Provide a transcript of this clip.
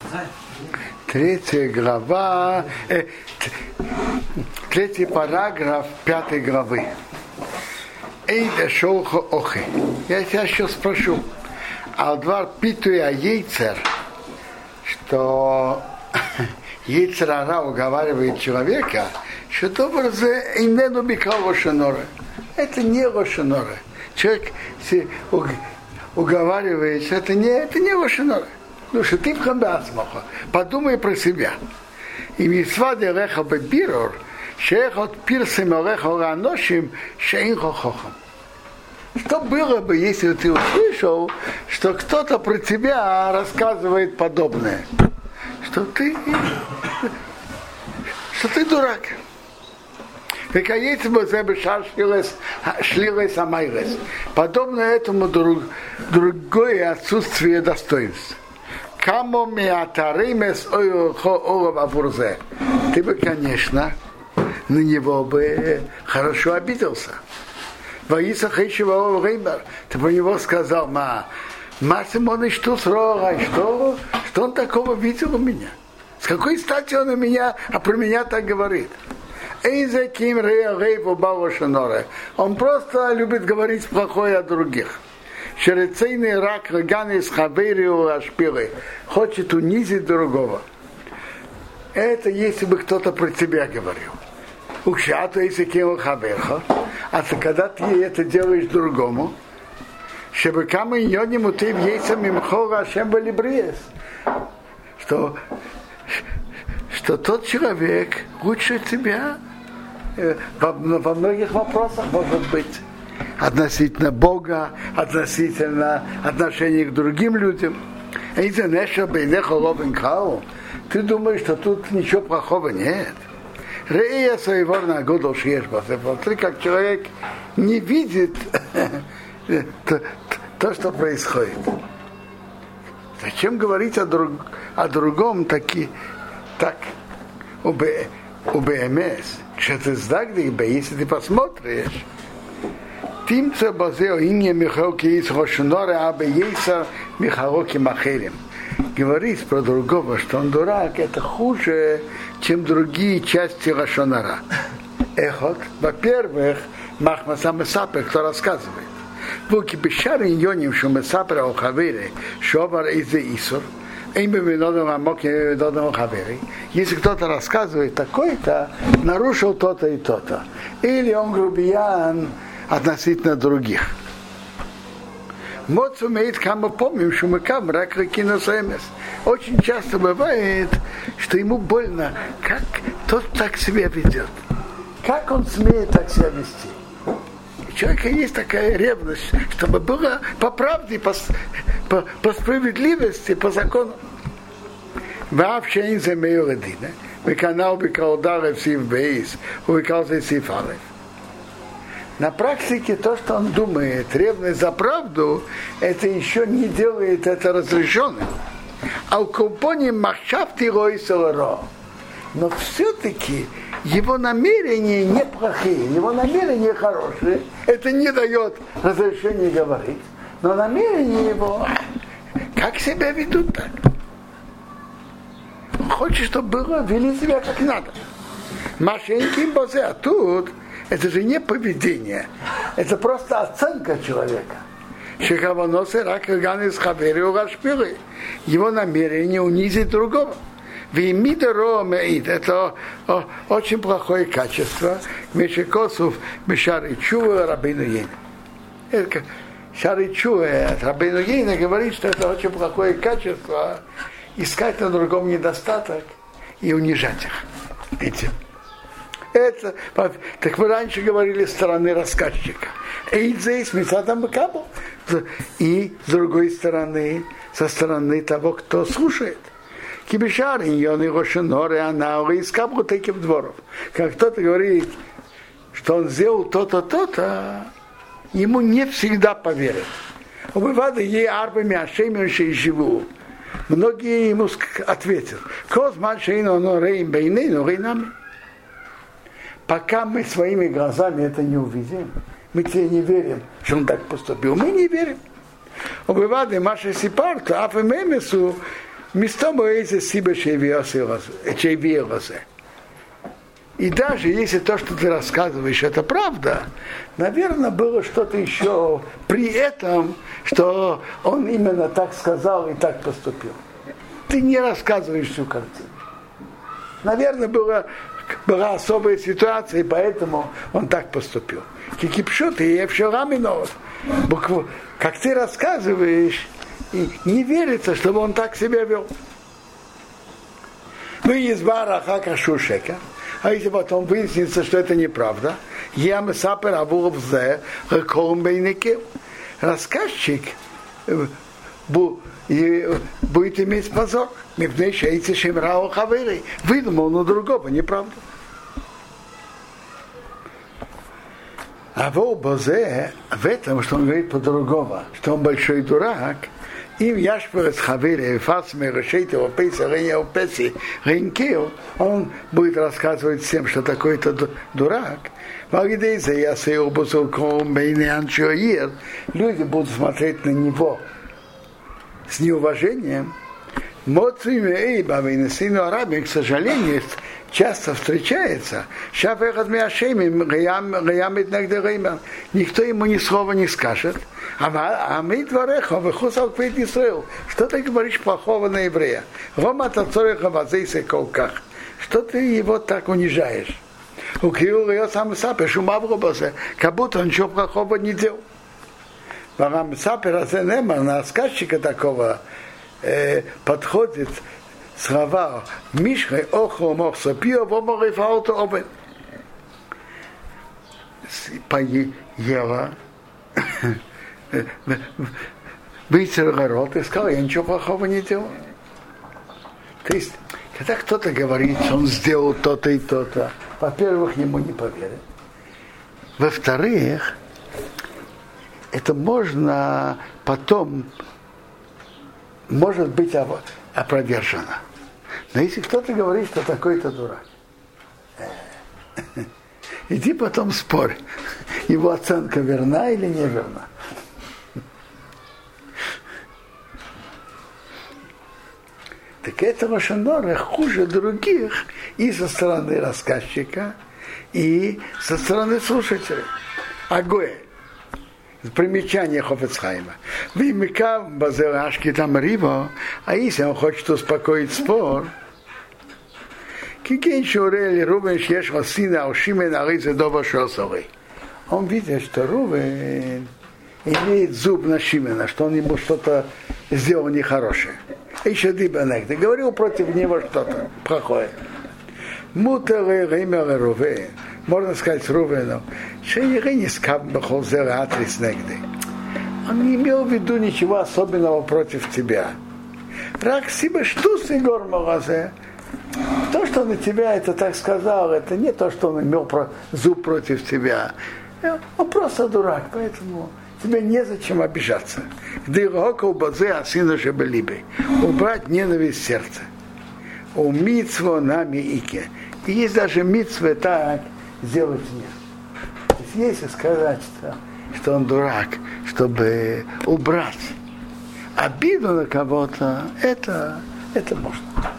Третья глава, третий параграф 5 главы. Эйда шолхо охи. Я тебя сейчас спрошу. Алдвар питуя яйцер, что яйцер ара уговаривает человека, что добр за инену бикал лошонора. Это не лошонора. Человек уговаривает, что это не лошонора. Ну что ты вхабасмаха, подумай про себя. И мисвад элеха бебирор, шеехот пирсим элеха раношим, шеинхо хохам. Что было бы, если ты услышал, что кто-то про тебя рассказывает подобное? Что ты дурак. Подобно этому другое отсутствие достоинств. Ты бы, конечно, на него бы хорошо обиделся. Ты бы него сказал, что он такого видел у меня? С какой стати он про меня так говорит? Он просто любит говорить плохое о других. Хочет унизить другого. Это если бы кто-то про тебя говорил. А когда ты это делаешь другому, что тот человек лучше тебя во многих вопросах может быть. Относительно Бога, относительно отношений к другим людям. Ты думаешь, что тут ничего плохого нет? Смотри, как человек не видит то, что происходит. Зачем говорить о другом так у БМС? Если ты посмотришь, говорить про другого, что он дурак, это хуже, чем другие части лашонара. Эхот, во-первых, Махмаса Месапер, кто рассказывает. Если кто-то рассказывает такой-то, нарушил то-то и то-то. Или он грубиян относительно других. Очень часто бывает, что ему больно, как тот так себя ведет. Как он смеет так себя вести? У человека есть такая ревность, чтобы было по правде, по справедливости, по закону. Вообще на практике то, что он думает, ревность за правду, это еще не делает это разрешенным. А у компании махшафти ройселеро. Но все-таки его намерения неплохие, его намерения хорошие. Это не дает разрешения говорить. Но намерения его, как себя ведут так? Он хочет, чтобы было, вели себя как надо. Машеньким бозе, а тут это же не поведение, это просто оценка человека. Его намерение унизить другого. Это очень плохое качество. Мешекосов, Мешаричуа, Рабейну Йейна. Шаричуа, Рабейну Йейна говорит, что это очень плохое качество, искать на другом недостаток и унижать их этим. Это, так мы раньше говорили со стороны рассказчика. И с другой стороны, со стороны того, кто слушает. Как кто-то говорит, что он сделал то-то, то-то, ему не всегда поверят. Многие ему ответят, пока мы своими глазами это не увидим, мы тебе не верим, что он так поступил. Мы не верим. место Моэза Сиба Чейвиелозе. И даже если то, что ты рассказываешь, это правда, наверное, было что-то еще при этом, что он именно так сказал и так поступил. Ты не рассказываешь всю картину. Наверное, была особая ситуация, и поэтому он так поступил. Кикипшут и Евшераминов. Как ты рассказываешь, и не верится, чтобы он так себя вел. Ну и из Бараха Шушека. А если потом выяснится, что это неправда, рассказчик будет иметь позор. Выдумал на другого, неправда. А в этом, что он говорит по-другому, что он большой дурак, им яшпер с хавири, фасми, решейте, опейся, опеси, рейнкео, он будет рассказывать всем, что такой-то дурак. Люди будут смотреть на него с неуважением. К сожалению, часто встречается, никто ему ни слова не скажет. А мы двореха, выхусал квит Исраил. Что ты говоришь плохого на еврея? Что ты его так унижаешь? Как будто он ничего плохого не делал. На сказчика такого подходит слова Мишхай охо мохса пио воморы фауто обен. Поела, вытерла рот и сказала, я ничего плохого не делал. То есть, когда кто-то говорит, что он сделал то-то и то-то, во-первых, ему не поверят. Во-вторых, это можно потом, может быть опровержено. Но если кто-то говорит, что такой-то дурак, иди потом спорь, его оценка верна или не верна. Так это лошон-ора хуже других и со стороны рассказчика, и со стороны слушателей. Агоэ. Примечание Хофец Хаима. Вимикав базелашки там риво, а если он хочет успокоить спор, киген шурели Рувен шешла сына Ошимен ализе доба шосовый. Он видит, что Рувен имеет зуб на Шимена, что он ему что-то сделал нехорошее. Еще дибанек, говорил против него что-то плохое. Мутер ремер Рувен. Можно сказать Рувену, что он не имел в виду ничего особенного против тебя. Рак себе штус и гормогазе. То, что он на тебя это так сказал, это не то, что он имел зуб против тебя. Он просто дурак, поэтому тебе незачем обижаться. Убрать ненависть в сердце. У мицво нами ике. И есть даже мицвы так сделать нет. То есть если сказать, что он дурак, чтобы убрать обиду на кого-то, это можно.